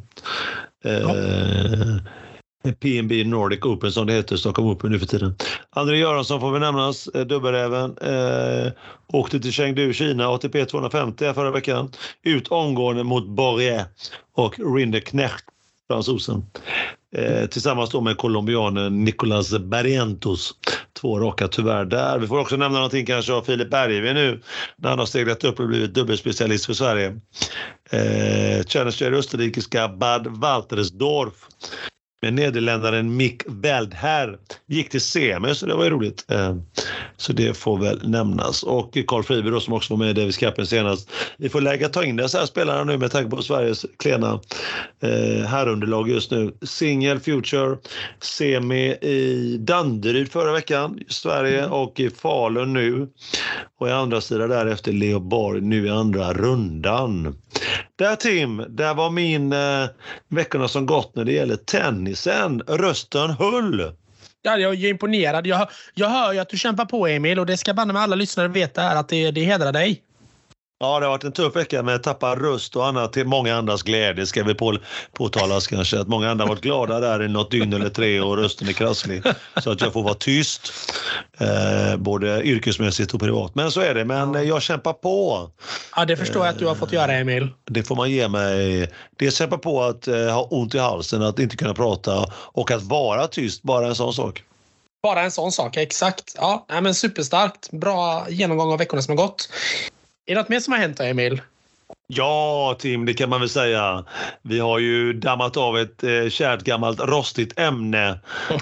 PNB Nordic Open som det heter, Stockholm Open nu för tiden. André Göransson får vi nämnas, dubbelräven, åkte till Chengdu, Kina, ATP 250 förra veckan, ut omgående mot Borrier och Rinderknecht, fransosen. Tillsammans då med colombianen Nicolas Barrientos. 2 raka tyvärr där. Vi får också nämna någonting kanske av Filip Bergve nu, när han har stegrat upp och blivit dubbelspecialist för Sverige. Challenger österrikiska Bad Waltersdorf. Men nederländaren Mick Veldher gick till semi, så det var ju roligt. Så det får väl nämnas. Och Carl Friberg då, som också var med i Davis Cupen senast. Vi får ta in dessa här spelarna nu med tanke på Sveriges klena herrunderlag just nu. Single Future, semi i Danderyd förra veckan i Sverige och i Falun nu. Och i andra sidan därefter Leo Borg nu i andra rundan. Där Tim, där var min veckorna som gått när det gäller tennisen. Rösten höll. Ja, jag är imponerad. Jag hör ju att du kämpar på, Emil, och det ska banne med alla lyssnare veta här att det hedrar dig. Ja, det har varit en tuff vecka med att tappa röst och annat till många andras glädje. Ska vi påtalas kanske att många andra har varit glada där i något dygn eller 3 och rösten är krasslig. Så att jag får vara tyst, både yrkesmässigt och privat. Men så är det, men jag kämpar på. Ja, det förstår jag att du har fått göra, Emil. Det får man ge mig. Det kämpar på att ha ont i halsen, att inte kunna prata och att vara tyst, bara en sån sak. Bara en sån sak, exakt. Ja, men superstarkt. Bra genomgång av veckorna som har gått. Är det något mer som har hänt då, Emil? Ja, Tim, det kan man väl säga. Vi har ju dammat av ett kärt gammalt rostigt ämne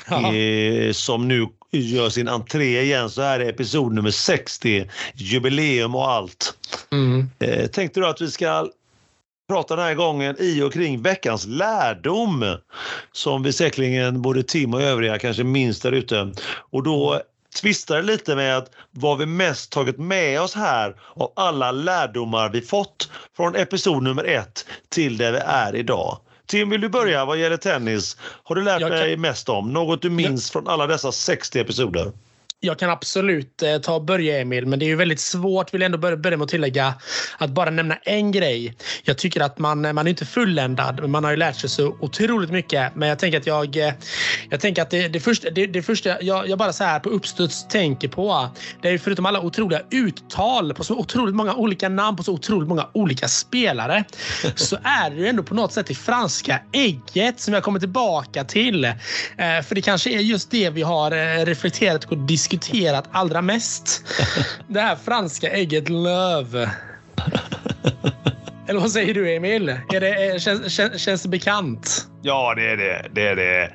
som nu gör sin entré igen. Så här är episod nummer 60, jubileum och allt. Tänkte du att vi ska prata den här gången i och kring veckans lärdom, som vi säkerligen både Tim och övriga kanske minst där ute. Och då tvistar lite med att vad vi mest tagit med oss här av alla lärdomar vi fått från episod nummer 1 till där vi är idag. Tim, vill du börja vad gäller tennis? Har du lärt dig mest om? Något du minns från alla dessa 60 episoder? Jag kan absolut ta och börja, Emil, men det är ju väldigt svårt, vill ändå börja med att tillägga, att bara nämna en grej. Jag tycker att man är inte fulländad, men man har ju lärt sig så otroligt mycket. Men jag tänker att jag tänker att det första jag bara så här på uppstuds tänker på, det är ju förutom alla otroliga uttal på så otroligt många olika namn på så otroligt många olika spelare, så är det ju ändå på något sätt det franska ägget som jag kommer tillbaka till. För det kanske är just det vi har reflekterat och diskuterat allra mest. Det här franska ägget löv. Eller vad säger du, Emil? Känns det bekant? Ja, det är det.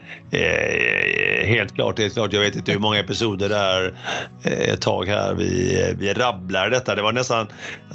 Helt klart. Jag vet inte hur många episoder där ett tag här vi rabblar detta. Det var nästan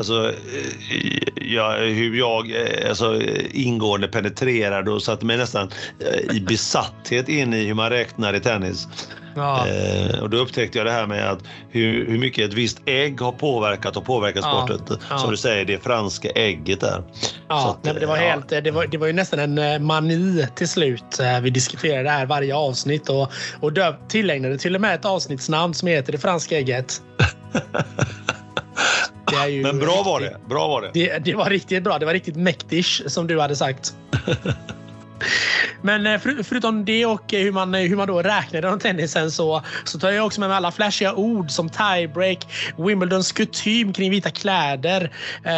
hur jag ingående penetrerade och satte mig nästan i besatthet in i hur man räknar i tennis. Ja. Och då upptäckte jag det här med att hur mycket ett visst ägg har påverkat sporten. Som du säger, det franska ägget där. Ja, så att, nej, men det var ju nästan en mani till slut. Vi diskuterade det här varje avsnitt och tillägnade till och med ett avsnittsnamn som heter det franska ägget. Det är ju men bra var det. Bra var det. Det var riktigt bra. Det var riktigt mäktigt som du hade sagt. Men förutom det och hur man då räknade om tennisen så tar jag också med mig alla flashiga ord som tiebreak, Wimbledons kutym kring vita kläder.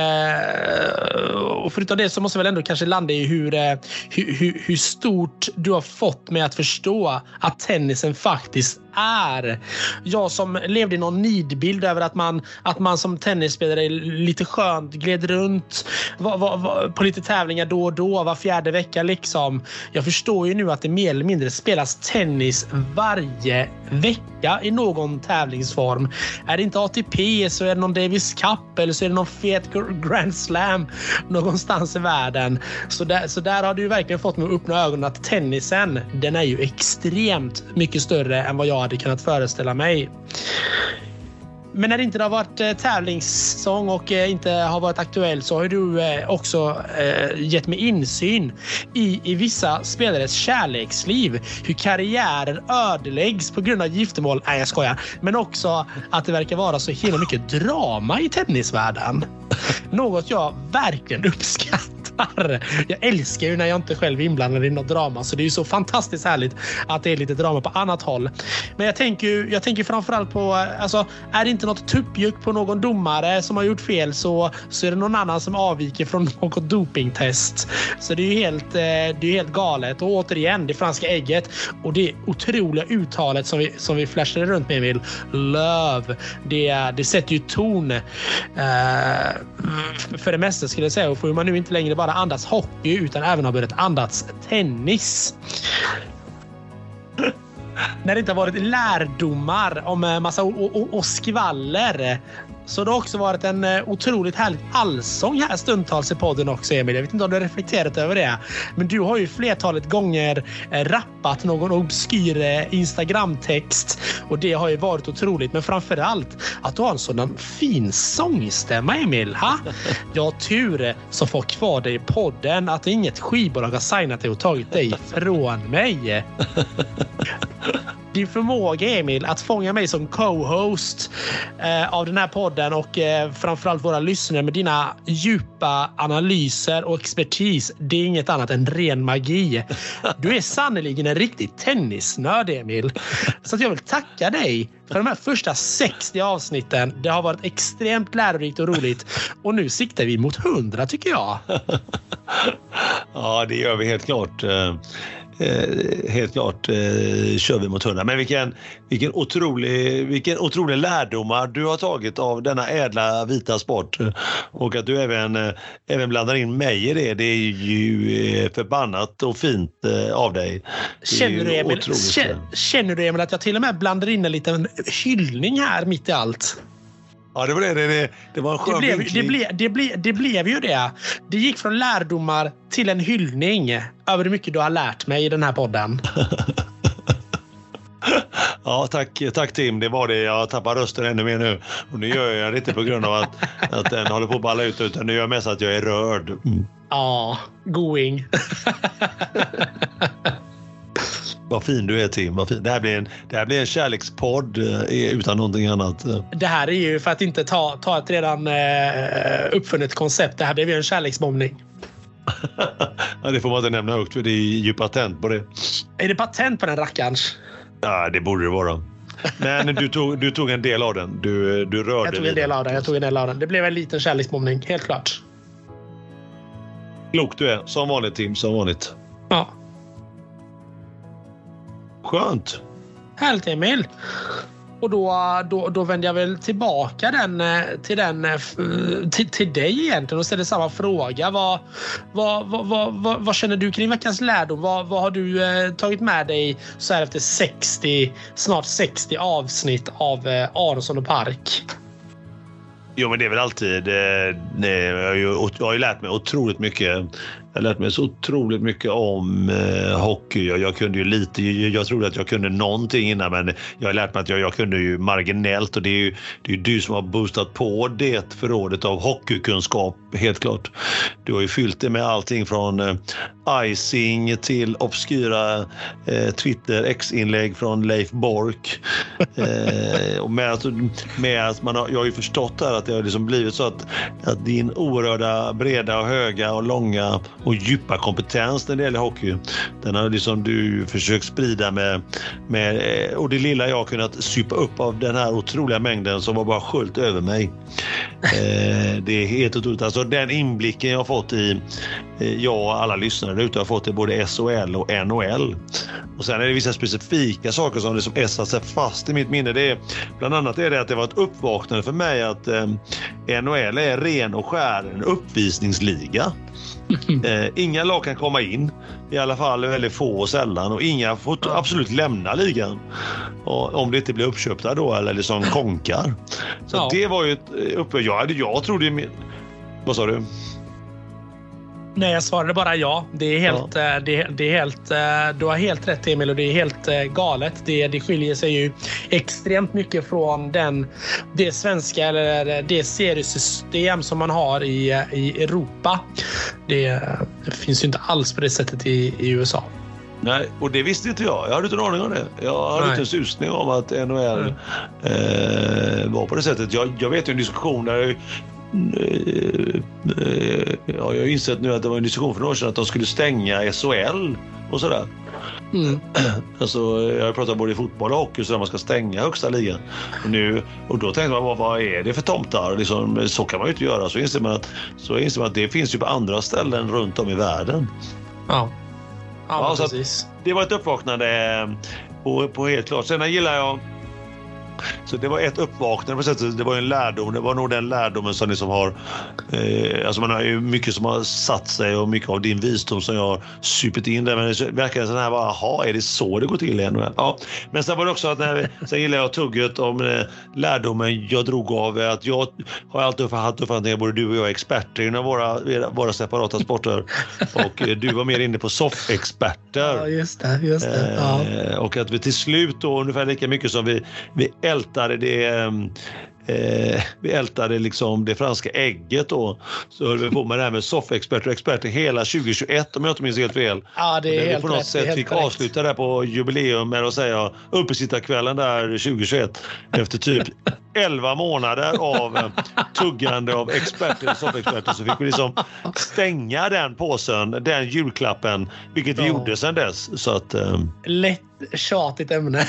Och förutom det så måste jag väl ändå kanske landa i hur stort du har fått mig att förstå att tennisen faktiskt är. Jag som levde i någon nidbild över att man som tennisspelare lite skönt gled runt på lite tävlingar då och då, var fjärde vecka liksom. Jag förstår ju nu att det mer eller mindre spelas tennis varje vecka i någon tävlingsform. Är det inte ATP så är det någon Davis Cup eller så är det någon fet Grand Slam någonstans i världen. Så där har du verkligen fått mig att öppna ögonen att tennisen, den är ju extremt mycket större än vad jag hade kunnat föreställa mig. Men när det inte har varit tävlingssäsong och inte har varit aktuell så har du också gett mig insyn i vissa spelares kärleksliv. Hur karriärer ödeläggs på grund av giftermål. Nej, jag skojar. Men också att det verkar vara så himla mycket drama i tennisvärlden. Något jag verkligen uppskattar. Jag älskar ju när jag inte själv är inblandad i något drama, så det är ju så fantastiskt härligt att det är lite drama på annat håll. Men jag tänker framförallt på, alltså, är det inte något tuppjuck på någon domare som har gjort fel så är det någon annan som avviker från något dopingtest. Så det är ju helt galet. Och återigen, det franska ägget och det otroliga uttalet som vi flashade runt med, Emil. Löv. Det sätter ju ton för det mesta, skulle jag säga. Och får man nu inte längre bara andas hockey utan även har börjat andas tennis. När det inte har varit lärdomar om massa och skvaller, så det har också varit en otroligt härlig allsång här stundtals i podden också, Emil. Jag vet inte om du har reflekterat över det, men du har ju flertalet gånger rappat någon obskyr Instagram-text och det har ju varit otroligt. Men framförallt att du har en sådan fin sångstämma, Emil. Ha? Jag har tur som får kvar dig i podden, att inget skivbolag har signat dig och tagit dig från mig. Din förmåga, Emil, att fånga mig som co-host av den här podden och framförallt våra lyssnare med dina djupa analyser och expertis, det är inget annat än ren magi. Du är sannoliken en riktig tennisnörd, Emil. Så att jag vill tacka dig för de här första 60 avsnitten. Det har varit extremt lärorikt och roligt. Och nu siktar vi mot 100, tycker jag. Ja, det gör vi helt klart. Helt klart kör vi mot 100. Men vilken otrolig lärdomar du har tagit av denna ädla vita sport. Och att du även blandar in mig i det är ju förbannat och fint av dig. Känner du, Emil, att jag till och med blandar in en liten hyllning här mitt i allt? Ja, det var det var en skön det blev ju det. Det gick från lärdomar till en hyllning över hur mycket du har lärt mig i den här podden. Ja, tack Tim. Det var det. Jag tappar rösten ännu mer nu. Och nu gör jag det inte på grund av att den håller på att balla ut, utan nu gör jag mest att jag är rörd. Mm. Ja, going. Vad fin du är, Tim. Vad fin. Det här blir en kärlekspodd utan någonting annat. Det här är ju, för att inte ta ett redan uppfunnet koncept, det här blev ju en kärleksbombning. Ja, det får man inte nämna högt, för det är ju patent på det. Är det patent på den rackarns? Ja, det borde det vara. Men du tog en del av den. Du rörde. Jag tog en del av den. Det blev en liten kärleksbombning, helt klart. Klok du är. Som vanligt, Tim. Som vanligt. Ja. Skönt. Härligt, Emil. Och då vänder jag väl tillbaka till dig egentligen och ställer samma fråga. Vad känner du kring veckans lärdom? Vad har du tagit med dig så här efter snart 60 avsnitt av Aronsson och Park? Jo, men det är väl alltid... Jag har ju lärt mig otroligt mycket. Jag har lärt mig så otroligt mycket om hockey. Jag kunde ju lite... Jag trodde att jag kunde någonting innan, men jag har lärt mig att jag kunde ju marginellt. Och det är ju du som har boostat på det förrådet av hockeykunskap, helt klart. Du har ju fyllt det med allting från icing till obskyra Twitter X-inlägg från Leif Bork. Och med att jag har ju förstått här att det har liksom blivit så att din oerhörda, breda och höga och långa och djupa kompetens när det gäller hockey, den har liksom du försökt sprida med och det lilla jag har kunnat supa upp av den här otroliga mängden som var bara sköljt över mig. Det är helt otroligt. Alltså den inblicken jag har fått i, jag och alla lyssnare ute har fått i både SHL och NHL. Och sen är det vissa specifika saker som liksom essar sig fast i mitt minne. Det är, bland annat är det att det var ett uppvaknande för mig att NHL är ren och skär en uppvisningsliga. Inga lag kan komma in, i alla fall väldigt få och sällan, och inga får absolut lämna ligan, och om det inte blir uppköpta då eller liksom konkar. Så det var ju jag trodde... Vad sa du? Nej, jag svarade bara ja. Det är helt, det är helt, du har helt rätt, Emil, och det är helt galet. Det skiljer sig ju extremt mycket från det svenska eller det seriesystem som man har i Europa. Det finns ju inte alls på det sättet i USA. Nej, och det visste inte jag. Jag hade inte en aning om det. Jag hade inte en susning om att NHL var på det sättet. Jag vet ju en diskussion där jag har insett nu att det var en diskussion för några år sedan att de skulle stänga SHL och sådär. Alltså, jag har pratat både i fotboll och hockey så att man ska stänga högsta ligan. Och då tänkte man, vad är det för tomtar? Liksom, så kan man ju inte göra. Så inser man att det finns ju på andra ställen runt om i världen. Ja, precis. Det var ett uppvaknande på helt klart. Sen gillar jag... Så det var ett uppvaknande på sättet, det var en lärdom. Det var nog den lärdomen som liksom har... alltså man har ju mycket som har satt sig och mycket av din visdom som jag har supit in där. Men det verkar sån här bara, är det så det går till ännu? Ja. Men sen var det också att sen gillar jag tugget om lärdomen jag drog av att jag har alltid haft uppfattningen både du och jag är experter inom våra separata sporter. Och du var mer inne på soffexperter. Ja, just det. Ja. Och att vi till slut då ungefär lika mycket som vi ältade det vi ältade liksom det franska ägget då, så höll vi på med det här med soffexperter och experter hela 2021 om jag inte minns helt fel. Ja, det är helt på något sätt fick avsluta där på jubileum med att säga uppesittarkvällen där 2021 efter typ 11 månader av tuggande av experter och soffexperter, så fick vi liksom stänga den påsen, den julklappen, vilket vi gjorde sedan dess. Så att lätt tjatigt ämne.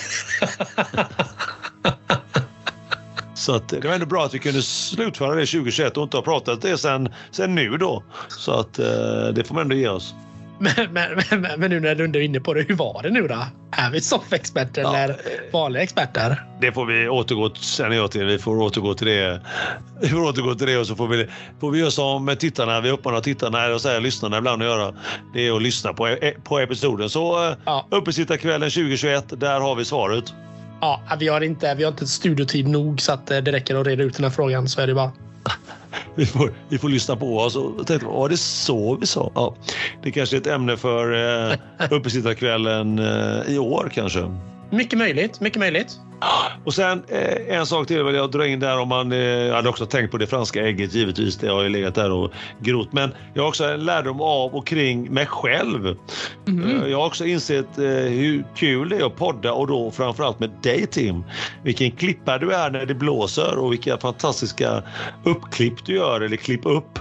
Så att det var ändå bra att vi kunde slutföra det 2021 och inte ha pratat det sen nu då. Så att det får man ändå ge oss. Men nu när du är inne på det, hur var det nu då? Är vi soffexperter eller vanliga experter? Det får vi återgå till. Vi får återgå till det och så får vi göra som tittarna. Vi uppmanar tittarna och säger lyssnarna ibland att göra. Det är att lyssna på episoden. Så uppesittarkvällen 2021, där har vi svaret. Ja, vi har inte studiotid nog så att det räcker att reda ut den här frågan, så är det bara. Vi får lyssna på oss och tänka, var det så vi sa? Ja, det kanske är ett ämne för uppesittarkvällen i år kanske. Mycket möjligt. Och sen en sak till vill jag dra in där, om man hade också tänkt på det franska ägget, givetvis, det har ju legat där och grott, men jag har också en lärdom av och kring mig själv. Jag har också insett hur kul det är att podda, och då framförallt med dig, Tim. Vilken klippare du är när det blåser och vilka fantastiska uppklipp du gör, eller klipp upp.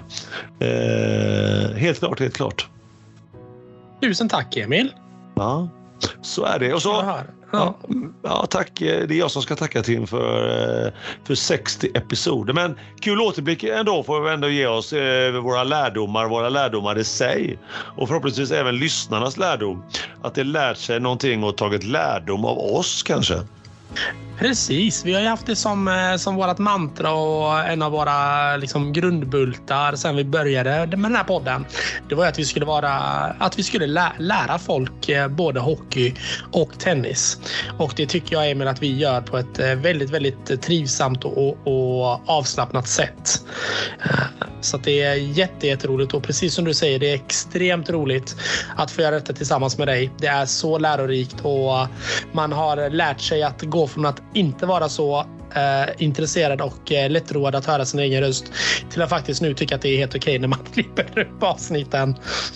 Helt klart. Tusen tack, Emil. Ja, så är det. Och så... Ja, tack. Det är jag som ska tacka Tim för 60 episoder. Men kul återblick ändå, får vi ändå ge oss våra lärdomar i sig. Och förhoppningsvis även lyssnarnas lärdom. Att det lärt sig någonting och tagit lärdom av oss kanske. Precis, vi har ju haft det som vårt mantra och en av våra liksom grundbultar sen vi började med den här podden. Det var att vi skulle lära folk både hockey och tennis. Och det tycker jag, Emil, att vi gör på ett väldigt, väldigt trivsamt och avslappnat sätt. Så att det är jätteroligt, och precis som du säger, det är extremt roligt att få göra detta tillsammans med dig. Det är så lärorikt, och man har lärt sig att gå från att inte vara så intresserad och lättroad att höra sin egen röst till att faktiskt nu tycka att det är helt okej när man klipper upp avsnitten.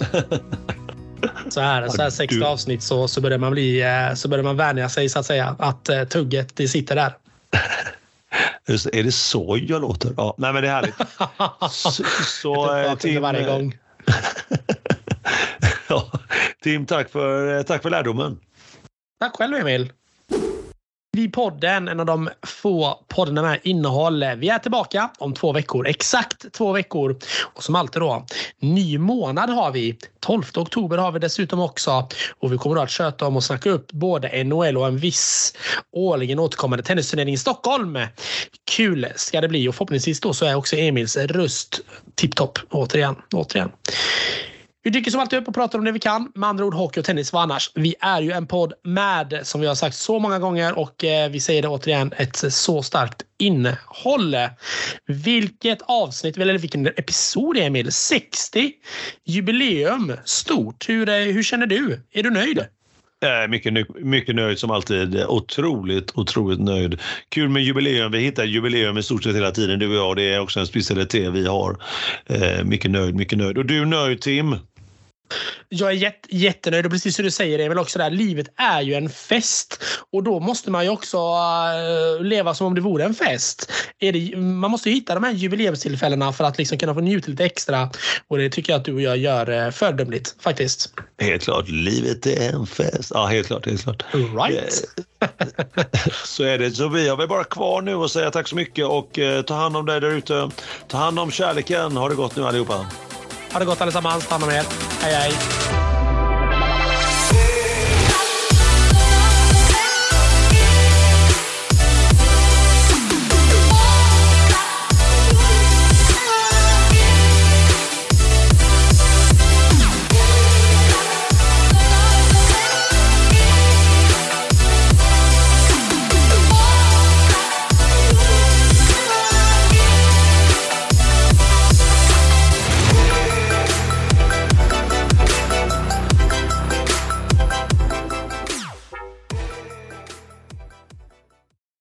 Så här 60 avsnitt så börjar man vänja sig, så att säga, att tugget det sitter där. Är det så jag låter? Ja, nej, men det är härligt. Så Tim, varje gång. Ja, Tim, tack för lärdomen. Tack själv, Emil. Vi podden, en av de få poddarna med innehåll. Vi är tillbaka om 2 veckor. Exakt 2 veckor. Och som alltid då, ny månad har vi. 12 oktober har vi dessutom också. Och vi kommer då att köta om och snacka upp både NHL och en viss årligen återkommande tennisturnering i Stockholm. Kul ska det bli. Och förhoppningsvis då så är också Emils röst tipptopp. Återigen. Vi dyker som alltid upp och pratar om det vi kan. Med andra ord, hockey och tennis. Vad annars? Vi är ju en podd med, som vi har sagt så många gånger, och vi säger det återigen, ett så starkt innehåll. Vilket avsnitt, eller vilken episod, Emil? 60 jubileum. Stort. Hur känner du? Är du nöjd? Mycket nöjd som alltid. Otroligt nöjd. Kul med jubileum. Vi hittar jubileum i stort sett hela tiden, du och jag. Det är också en specialitet vi har. Mycket nöjd. Och du är nöjd, Tim? Jag är jättenöjd, och precis som du säger, det är väl också där, livet är ju en fest, och då måste man ju också leva som om det vore en fest. Man måste ju hitta de här jubileumstillfällena för att liksom kunna få njuta lite extra, och det tycker jag att du och jag gör föredömligt faktiskt. Helt klart, livet är en fest. Ja, helt klart. Right. Så är det. Så vi har väl bara kvar nu och säga tack så mycket, och ta hand om dig där ute. Ta hand om kärleken. Ha det gott nu allihopa. Ha det gott allesammans. Ta hand om er. Hej.